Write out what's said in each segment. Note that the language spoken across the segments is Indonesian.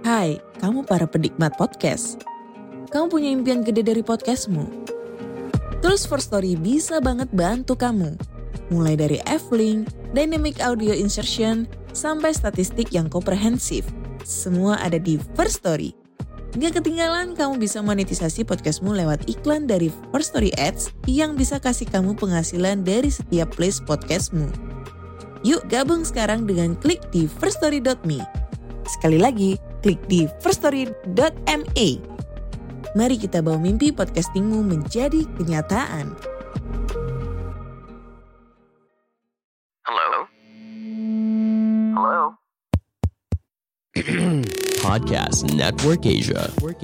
Hai, kamu para penikmat podcast. Kamu punya impian gede dari podcastmu? Tools for Story bisa banget bantu kamu. Mulai dari F-Link, Dynamic Audio Insertion, sampai statistik yang komprehensif. Semua ada di First Story. Gak ketinggalan kamu bisa monetisasi podcastmu lewat iklan dari First Story Ads yang bisa kasih kamu penghasilan dari setiap place podcastmu. Yuk gabung sekarang dengan klik di firststory.me. Sekali lagi, klik di firststory.me. Mari kita bawa mimpi podcastingmu menjadi kenyataan. Halo? Podcast Network Asia.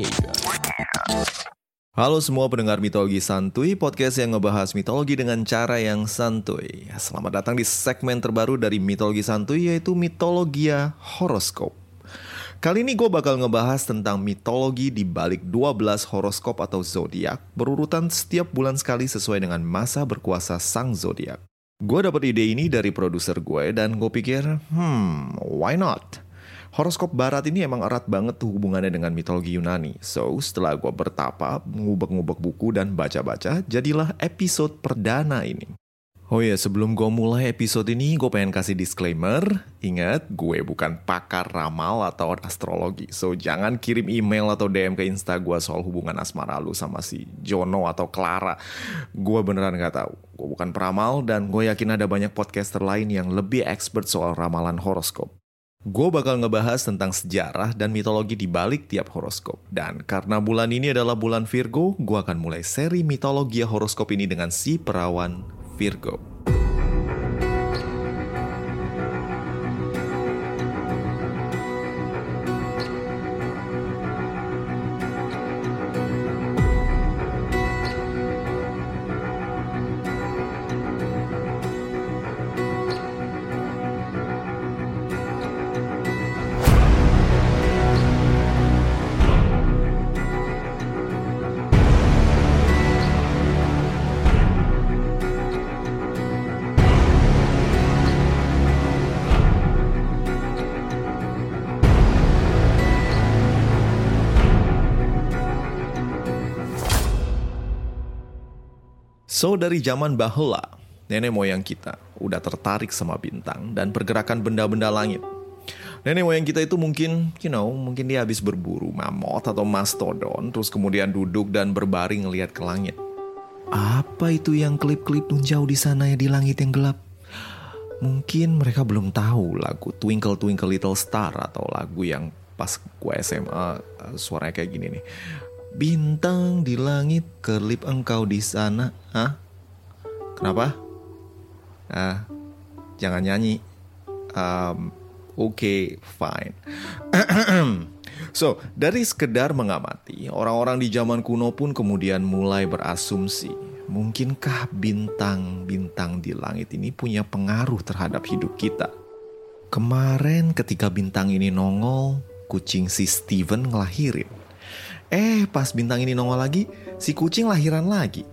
Halo semua pendengar Mitologi Santuy, podcast yang ngebahas mitologi dengan cara yang santuy. Selamat datang di segmen terbaru dari Mitologi Santuy, yaitu Mitologia Horoskop. Kali ini gue bakal ngebahas tentang mitologi di balik 12 horoskop atau zodiak, berurutan setiap bulan sekali sesuai dengan masa berkuasa sang zodiak. Gue dapet ide ini dari produser gue dan gue pikir, why not? Horoskop barat ini emang erat banget tuh hubungannya dengan mitologi Yunani. So, setelah gue bertapa, ngubek-ngubek buku dan baca-baca, jadilah episode perdana ini. Oh ya, sebelum gue mulai episode ini, gue pengen kasih disclaimer. Ingat, gue bukan pakar ramal atau astrologi. So, jangan kirim email atau DM ke Insta gue soal hubungan asmara lu sama si Jono atau Clara. Gue beneran gak tahu. Gue bukan peramal dan gue yakin ada banyak podcaster lain yang lebih expert soal ramalan horoskop. Gue bakal ngebahas tentang sejarah dan mitologi di balik tiap horoskop. Dan karena bulan ini adalah bulan Virgo, gue akan mulai seri mitologi horoskop ini dengan si perawan Virgo. So, dari zaman bahula, nenek moyang kita udah tertarik sama bintang dan pergerakan benda-benda langit. Nenek moyang kita itu mungkin dia habis berburu mammoth atau mastodon, terus kemudian duduk dan berbaring ngelihat ke langit. Apa itu yang kelip-kelip jauh di sana ya di langit yang gelap? Mungkin mereka belum tahu lagu Twinkle Twinkle Little Star atau lagu yang pas gue SMA suaranya kayak gini nih. Bintang di langit, kelip engkau di sana. Hah? Kenapa? Jangan nyanyi. Oke, fine. So, dari sekedar mengamati, orang-orang di zaman kuno pun kemudian mulai berasumsi, mungkinkah bintang-bintang di langit ini punya pengaruh terhadap hidup kita? Kemarin ketika bintang ini nongol, kucing si Steven ngelahirin. Pas bintang ini nongol lagi, si kucing lahiran lagi.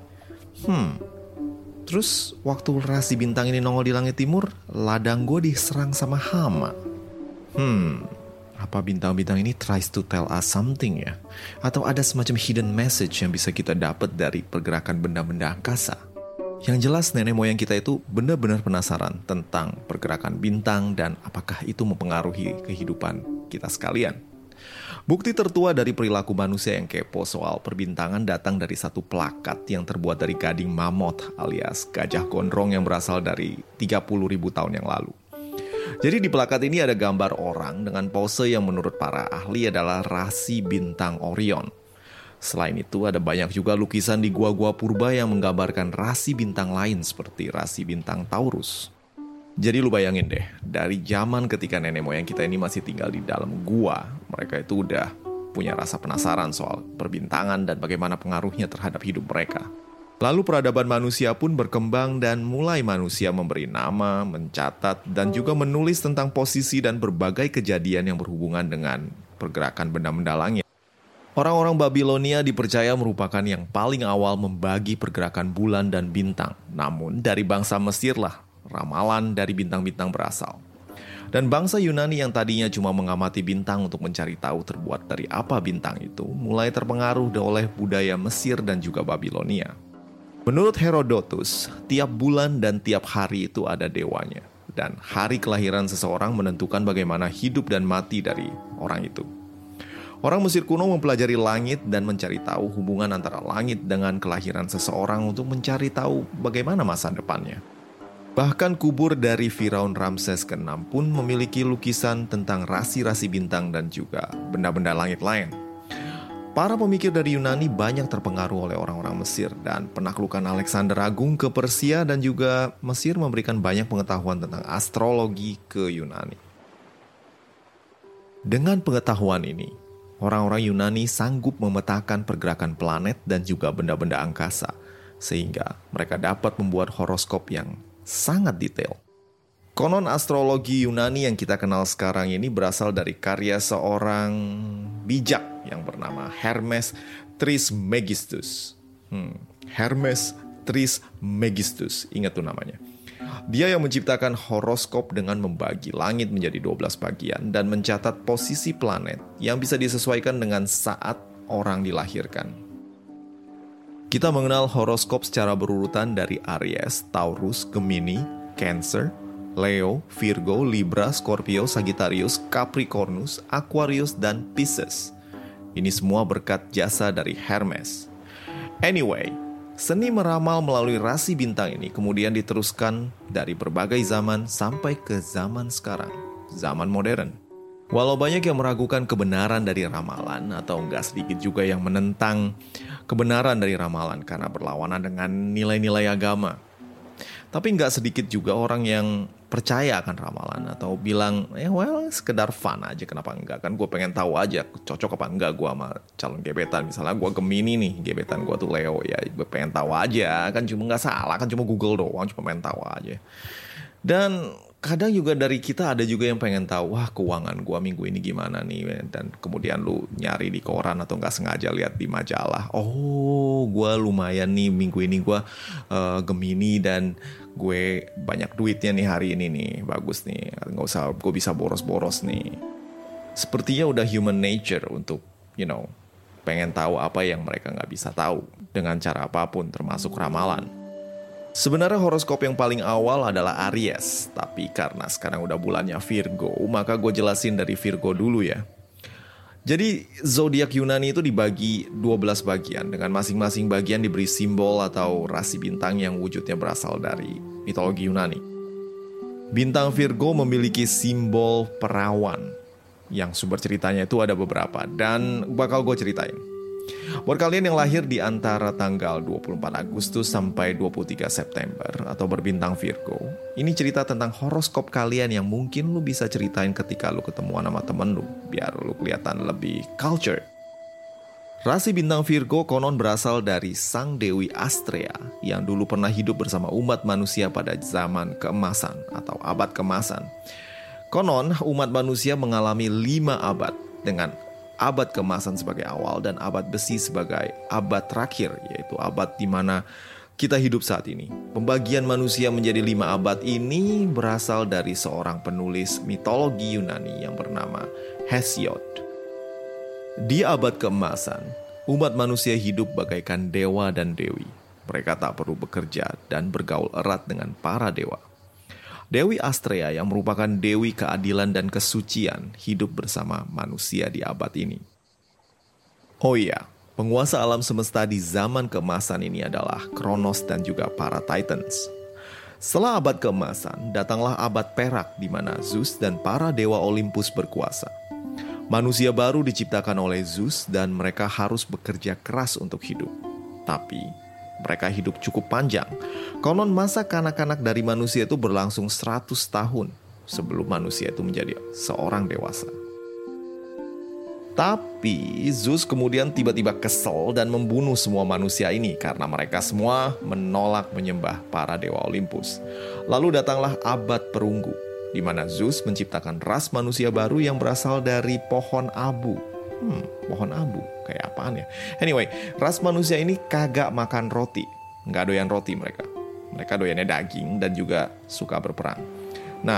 Terus waktu rasi bintang ini nongol di langit timur, ladang gue diserang sama hama. Apa bintang-bintang ini tries to tell us something ya? Atau ada semacam hidden message yang bisa kita dapat dari pergerakan benda-benda angkasa? Yang jelas nenek moyang kita itu benar-benar penasaran tentang pergerakan bintang dan apakah itu mempengaruhi kehidupan kita sekalian. Bukti tertua dari perilaku manusia yang kepo soal perbintangan datang dari satu plakat yang terbuat dari gading mammoth alias gajah gondrong yang berasal dari 30.000 tahun yang lalu. Jadi di plakat ini ada gambar orang dengan pose yang menurut para ahli adalah rasi bintang Orion. Selain itu ada banyak juga lukisan di gua-gua purba yang menggambarkan rasi bintang lain seperti rasi bintang Taurus. Jadi lu bayangin deh, dari zaman ketika nenek moyang kita ini masih tinggal di dalam gua, mereka itu udah punya rasa penasaran soal perbintangan dan bagaimana pengaruhnya terhadap hidup mereka. Lalu peradaban manusia pun berkembang dan mulai manusia memberi nama, mencatat, dan juga menulis tentang posisi dan berbagai kejadian yang berhubungan dengan pergerakan benda-benda langit. Orang-orang Babilonia dipercaya merupakan yang paling awal membagi pergerakan bulan dan bintang. Namun dari bangsa Mesir lah ramalan dari bintang-bintang berasal. Dan bangsa Yunani yang tadinya cuma mengamati bintang untuk mencari tahu terbuat dari apa bintang itu, mulai terpengaruh oleh budaya Mesir dan juga Babilonia. Menurut Herodotus, tiap bulan dan tiap hari itu ada dewanya. Dan hari kelahiran seseorang menentukan bagaimana hidup dan mati dari orang itu. Orang Mesir kuno mempelajari langit dan mencari tahu hubungan antara langit dengan kelahiran seseorang untuk mencari tahu bagaimana masa depannya. Bahkan kubur dari Firaun Ramses ke-6 pun memiliki lukisan tentang rasi-rasi bintang dan juga benda-benda langit lain. Para pemikir dari Yunani banyak terpengaruh oleh orang-orang Mesir dan penaklukan Alexander Agung ke Persia dan juga Mesir memberikan banyak pengetahuan tentang astrologi ke Yunani. Dengan pengetahuan ini, orang-orang Yunani sanggup memetakan pergerakan planet dan juga benda-benda angkasa, sehingga mereka dapat membuat horoskop yang sangat detail. Konon astrologi Yunani yang kita kenal sekarang ini berasal dari karya seorang bijak yang bernama Hermes Trismegistus. Hermes Trismegistus, ingat tuh namanya. Dia yang menciptakan horoskop dengan membagi langit menjadi 12 bagian dan mencatat posisi planet yang bisa disesuaikan dengan saat orang dilahirkan. Kita mengenal horoskop secara berurutan dari Aries, Taurus, Gemini, Cancer, Leo, Virgo, Libra, Scorpio, Sagittarius, Capricornus, Aquarius, dan Pisces. Ini semua berkat jasa dari Hermes. Anyway, seni meramal melalui rasi bintang ini kemudian diteruskan dari berbagai zaman sampai ke zaman sekarang, zaman modern. Walau banyak yang meragukan kebenaran dari ramalan atau enggak sedikit juga yang menentang kebenaran dari ramalan karena berlawanan dengan nilai-nilai agama. Tapi enggak sedikit juga orang yang percaya akan ramalan atau bilang, sekedar fun aja, kenapa enggak? Kan gue pengen tahu aja cocok apa enggak gue sama calon gebetan. Misalnya gue Gemini nih, gebetan gue tuh Leo, ya gue pengen tahu aja. Kan cuma enggak salah, kan cuma Google doang, cuma pengen tahu aja. Dan kadang juga dari kita ada juga yang pengen tahu, keuangan gue minggu ini gimana nih. Dan kemudian lu nyari di koran atau gak sengaja lihat di majalah. Oh, gue lumayan nih minggu ini gue Gemini dan gue banyak duitnya nih hari ini nih. Bagus nih, gak usah gue bisa boros-boros nih. Sepertinya udah human nature untuk, pengen tahu apa yang mereka gak bisa tahu dengan cara apapun termasuk ramalan. Sebenarnya horoskop yang paling awal adalah Aries, tapi karena sekarang udah bulannya Virgo, maka gue jelasin dari Virgo dulu ya. Jadi zodiak Yunani itu dibagi 12 bagian, dengan masing-masing bagian diberi simbol atau rasi bintang yang wujudnya berasal dari mitologi Yunani. Bintang Virgo memiliki simbol perawan, yang sumber ceritanya itu ada beberapa, dan bakal gue ceritain. Buat kalian yang lahir di antara tanggal 24 Agustus sampai 23 September atau berbintang Virgo, ini cerita tentang horoskop kalian yang mungkin lu bisa ceritain ketika lu ketemuan sama temen lu, biar lu kelihatan lebih cultured. Rasi bintang Virgo konon berasal dari sang Dewi Astrea yang dulu pernah hidup bersama umat manusia pada zaman keemasan atau abad keemasan. Konon umat manusia mengalami 5 abad dengan abad keemasan sebagai awal dan abad besi sebagai abad terakhir, yaitu abad di mana kita hidup saat ini. Pembagian manusia menjadi 5 abad ini berasal dari seorang penulis mitologi Yunani yang bernama Hesiod. Di abad keemasan, umat manusia hidup bagaikan dewa dan dewi. Mereka tak perlu bekerja dan bergaul erat dengan para dewa. Dewi Astrea yang merupakan dewi keadilan dan kesucian hidup bersama manusia di abad ini. Oh iya, penguasa alam semesta di zaman keemasan ini adalah Kronos dan juga para Titans. Setelah abad keemasan, datanglah abad perak di mana Zeus dan para dewa Olympus berkuasa. Manusia baru diciptakan oleh Zeus dan mereka harus bekerja keras untuk hidup. Tapi mereka hidup cukup panjang. Konon masa kanak-kanak dari manusia itu berlangsung 100 tahun sebelum manusia itu menjadi seorang dewasa. Tapi Zeus kemudian tiba-tiba kesel dan membunuh semua manusia ini karena mereka semua menolak menyembah para dewa Olympus. Lalu datanglah abad perunggu, di mana Zeus menciptakan ras manusia baru yang berasal dari pohon abu. Pohon abu, kayak apaan ya? Anyway, ras manusia ini kagak makan roti. Nggak doyan roti mereka. Mereka doyannya daging dan juga suka berperang. Nah,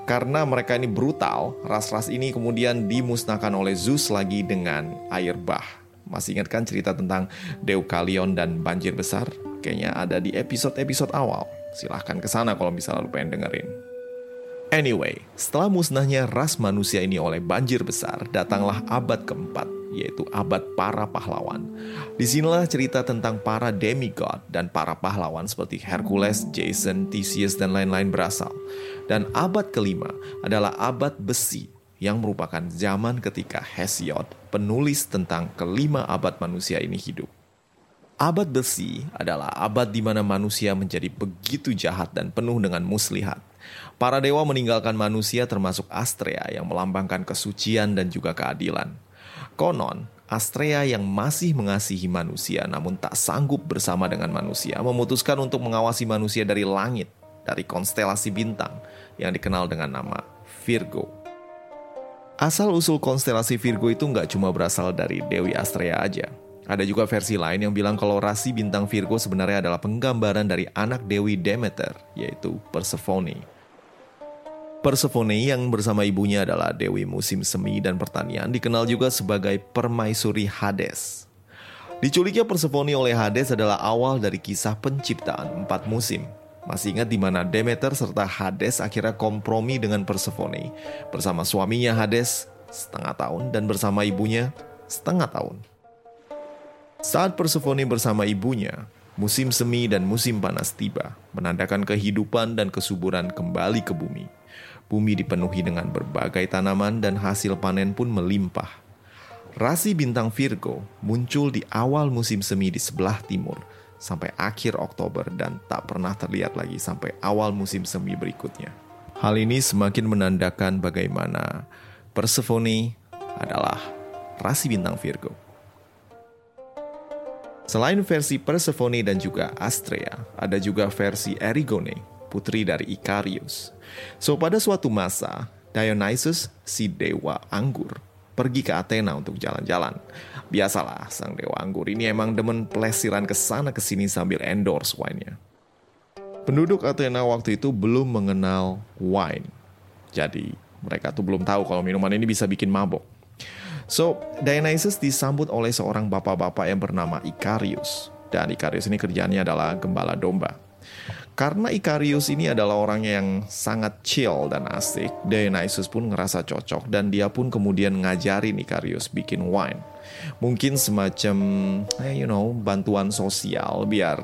Karena mereka ini brutal, ras-ras ini kemudian dimusnahkan oleh Zeus lagi dengan air bah. Masih ingat kan cerita tentang Deukalion dan banjir besar? Kayaknya ada di episode-episode awal. Silahkan ke sana kalau misalnya lu pengen dengerin. Anyway, setelah musnahnya ras manusia ini oleh banjir besar, datanglah abad keempat, yaitu abad para pahlawan. Disinilah cerita tentang para demigod dan para pahlawan seperti Hercules, Jason, Theseus, dan lain-lain berasal. Dan abad kelima adalah abad besi, yang merupakan zaman ketika Hesiod, penulis tentang kelima abad manusia ini hidup. Abad besi adalah abad di mana manusia menjadi begitu jahat dan penuh dengan muslihat. Para dewa meninggalkan manusia termasuk Astrea yang melambangkan kesucian dan juga keadilan. Konon, Astrea yang masih mengasihi manusia namun tak sanggup bersama dengan manusia memutuskan untuk mengawasi manusia dari langit, dari konstelasi bintang yang dikenal dengan nama Virgo. Asal-usul konstelasi Virgo itu nggak cuma berasal dari Dewi Astrea aja. Ada juga versi lain yang bilang kalau rasi bintang Virgo sebenarnya adalah penggambaran dari anak Dewi Demeter, yaitu Persephone. Persephone yang bersama ibunya adalah Dewi musim semi dan pertanian, dikenal juga sebagai permaisuri Hades. Diculiknya Persephone oleh Hades adalah awal dari kisah penciptaan 4 musim. Masih ingat di mana Demeter serta Hades akhirnya kompromi dengan Persephone bersama suaminya Hades setengah tahun dan bersama ibunya setengah tahun. Saat Persephone bersama ibunya, musim semi dan musim panas tiba, menandakan kehidupan dan kesuburan kembali ke bumi. Bumi dipenuhi dengan berbagai tanaman dan hasil panen pun melimpah. Rasi bintang Virgo muncul di awal musim semi di sebelah timur, sampai akhir Oktober dan tak pernah terlihat lagi sampai awal musim semi berikutnya. Hal ini semakin menandakan bagaimana Persephone adalah rasi bintang Virgo. Selain versi Persephone dan juga Astrea, ada juga versi Erigone, putri dari Ikarius. So, pada suatu masa, Dionysus, si dewa anggur, pergi ke Athena untuk jalan-jalan. Biasalah, sang dewa anggur ini emang demen pelesiran ke sana ke sini sambil endorse wine-nya. Penduduk Athena waktu itu belum mengenal wine. Jadi, mereka tuh belum tahu kalau minuman ini bisa bikin mabok. So, Dionysus disambut oleh seorang bapak-bapak yang bernama Ikarius. Dan Ikarius ini kerjaannya adalah gembala domba. Karena Ikarius ini adalah orang yang sangat chill dan asik, Dionysus pun ngerasa cocok dan dia pun kemudian ngajarin Ikarius bikin wine. Mungkin semacam, bantuan sosial biar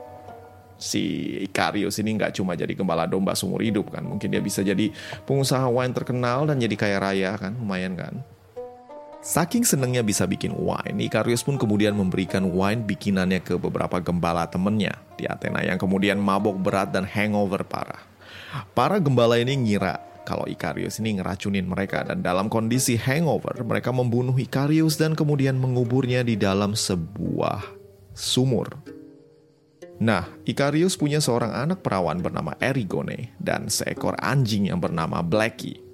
si Ikarius ini nggak cuma jadi gembala domba seumur hidup kan. Mungkin dia bisa jadi pengusaha wine terkenal dan jadi kaya raya kan, lumayan kan. Saking senengnya bisa bikin wine, Ikarius pun kemudian memberikan wine bikinannya ke beberapa gembala temennya di Athena yang kemudian mabok berat dan hangover parah. Para gembala ini ngira kalau Ikarius ini ngeracunin mereka dan dalam kondisi hangover mereka membunuh Ikarius dan kemudian menguburnya di dalam sebuah sumur. Nah, Ikarius punya seorang anak perawan bernama Erigone dan seekor anjing yang bernama Blackie.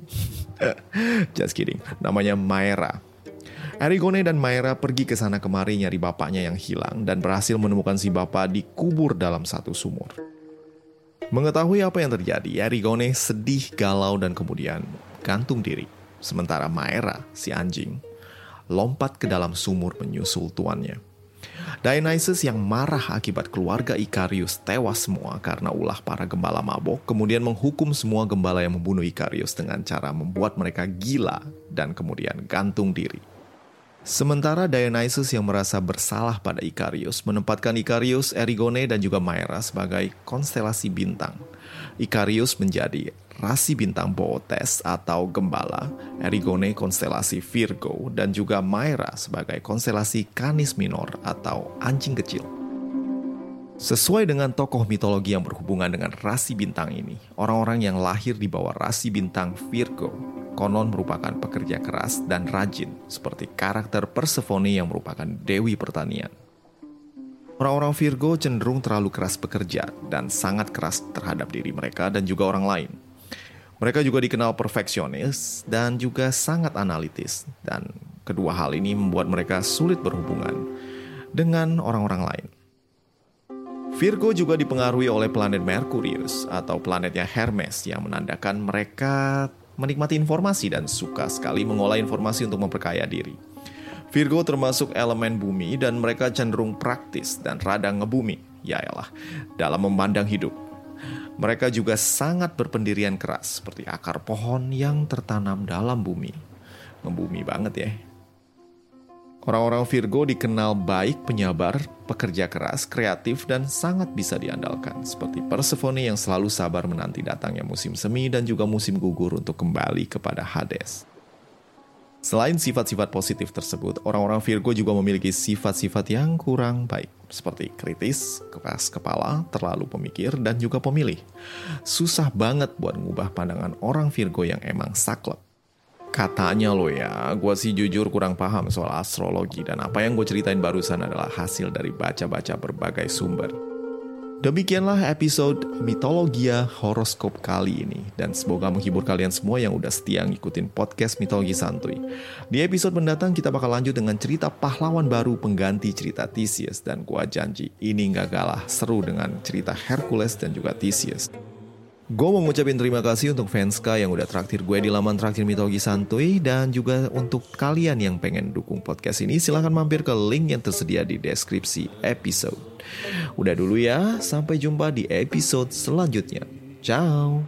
Just kidding, namanya Maera. Erigone dan Maera pergi ke sana kemari nyari bapaknya yang hilang dan berhasil menemukan si bapak dikubur dalam satu sumur. Mengetahui apa yang terjadi, Erigone sedih, galau dan kemudian gantung diri. Sementara Maera, si anjing, lompat ke dalam sumur menyusul tuannya. Dionysus yang marah akibat keluarga Ikarius tewas semua karena ulah para gembala mabok, kemudian menghukum semua gembala yang membunuh Ikarius dengan cara membuat mereka gila dan kemudian gantung diri. Sementara Dionysus yang merasa bersalah pada Ikarius menempatkan Ikarius, Erigone dan juga Maera sebagai konstelasi bintang. Ikarius menjadi rasi bintang Bootes atau gembala, Erigone konstelasi Virgo, dan juga Maera sebagai konstelasi Canis Minor atau anjing kecil. Sesuai dengan tokoh mitologi yang berhubungan dengan rasi bintang ini, orang-orang yang lahir di bawah rasi bintang Virgo konon merupakan pekerja keras dan rajin, seperti karakter Persephone yang merupakan dewi pertanian. Orang-orang Virgo cenderung terlalu keras bekerja dan sangat keras terhadap diri mereka dan juga orang lain. Mereka juga dikenal perfeksionis dan juga sangat analitis, dan kedua hal ini membuat mereka sulit berhubungan dengan orang-orang lain. Virgo juga dipengaruhi oleh planet Merkurius atau planetnya Hermes yang menandakan mereka menikmati informasi dan suka sekali mengolah informasi untuk memperkaya diri. Virgo termasuk elemen bumi dan mereka cenderung praktis dan rada ngebumi, yaelah, dalam memandang hidup. Mereka juga sangat berpendirian keras seperti akar pohon yang tertanam dalam bumi. Ngebumi banget ya. Orang-orang Virgo dikenal baik, penyabar, pekerja keras, kreatif, dan sangat bisa diandalkan. Seperti Persephone yang selalu sabar menanti datangnya musim semi dan juga musim gugur untuk kembali kepada Hades. Selain sifat-sifat positif tersebut, orang-orang Virgo juga memiliki sifat-sifat yang kurang baik. Seperti kritis, keras kepala, terlalu pemikir, dan juga pemilih. Susah banget buat mengubah pandangan orang Virgo yang emang saklek. Katanya lo ya, gue sih jujur kurang paham soal astrologi dan apa yang gue ceritain barusan adalah hasil dari baca-baca berbagai sumber. Demikianlah episode Mitologia Horoskop kali ini dan semoga menghibur kalian semua yang udah setia ngikutin podcast Mitologi Santuy. Di episode mendatang kita bakal lanjut dengan cerita pahlawan baru pengganti cerita Theseus dan gue janji ini gak kalah seru dengan cerita Hercules dan juga Theseus. Gue mau ngucapin terima kasih untuk Fanska yang udah traktir gue di laman traktir Mitologi Santuy dan juga untuk kalian yang pengen dukung podcast ini silahkan mampir ke link yang tersedia di deskripsi episode. Udah dulu ya, sampai jumpa di episode selanjutnya. Ciao.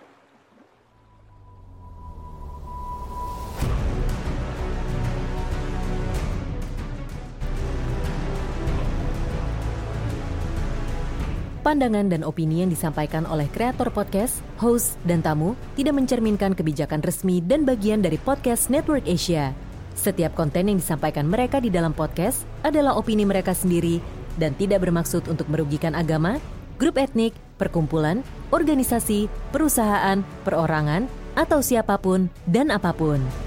Pandangan dan opini yang disampaikan oleh kreator podcast, host, dan tamu tidak mencerminkan kebijakan resmi dan bagian dari podcast Network Asia. Setiap konten yang disampaikan mereka di dalam podcast adalah opini mereka sendiri dan tidak bermaksud untuk merugikan agama, grup etnik, perkumpulan, organisasi, perusahaan, perorangan, atau siapapun dan apapun.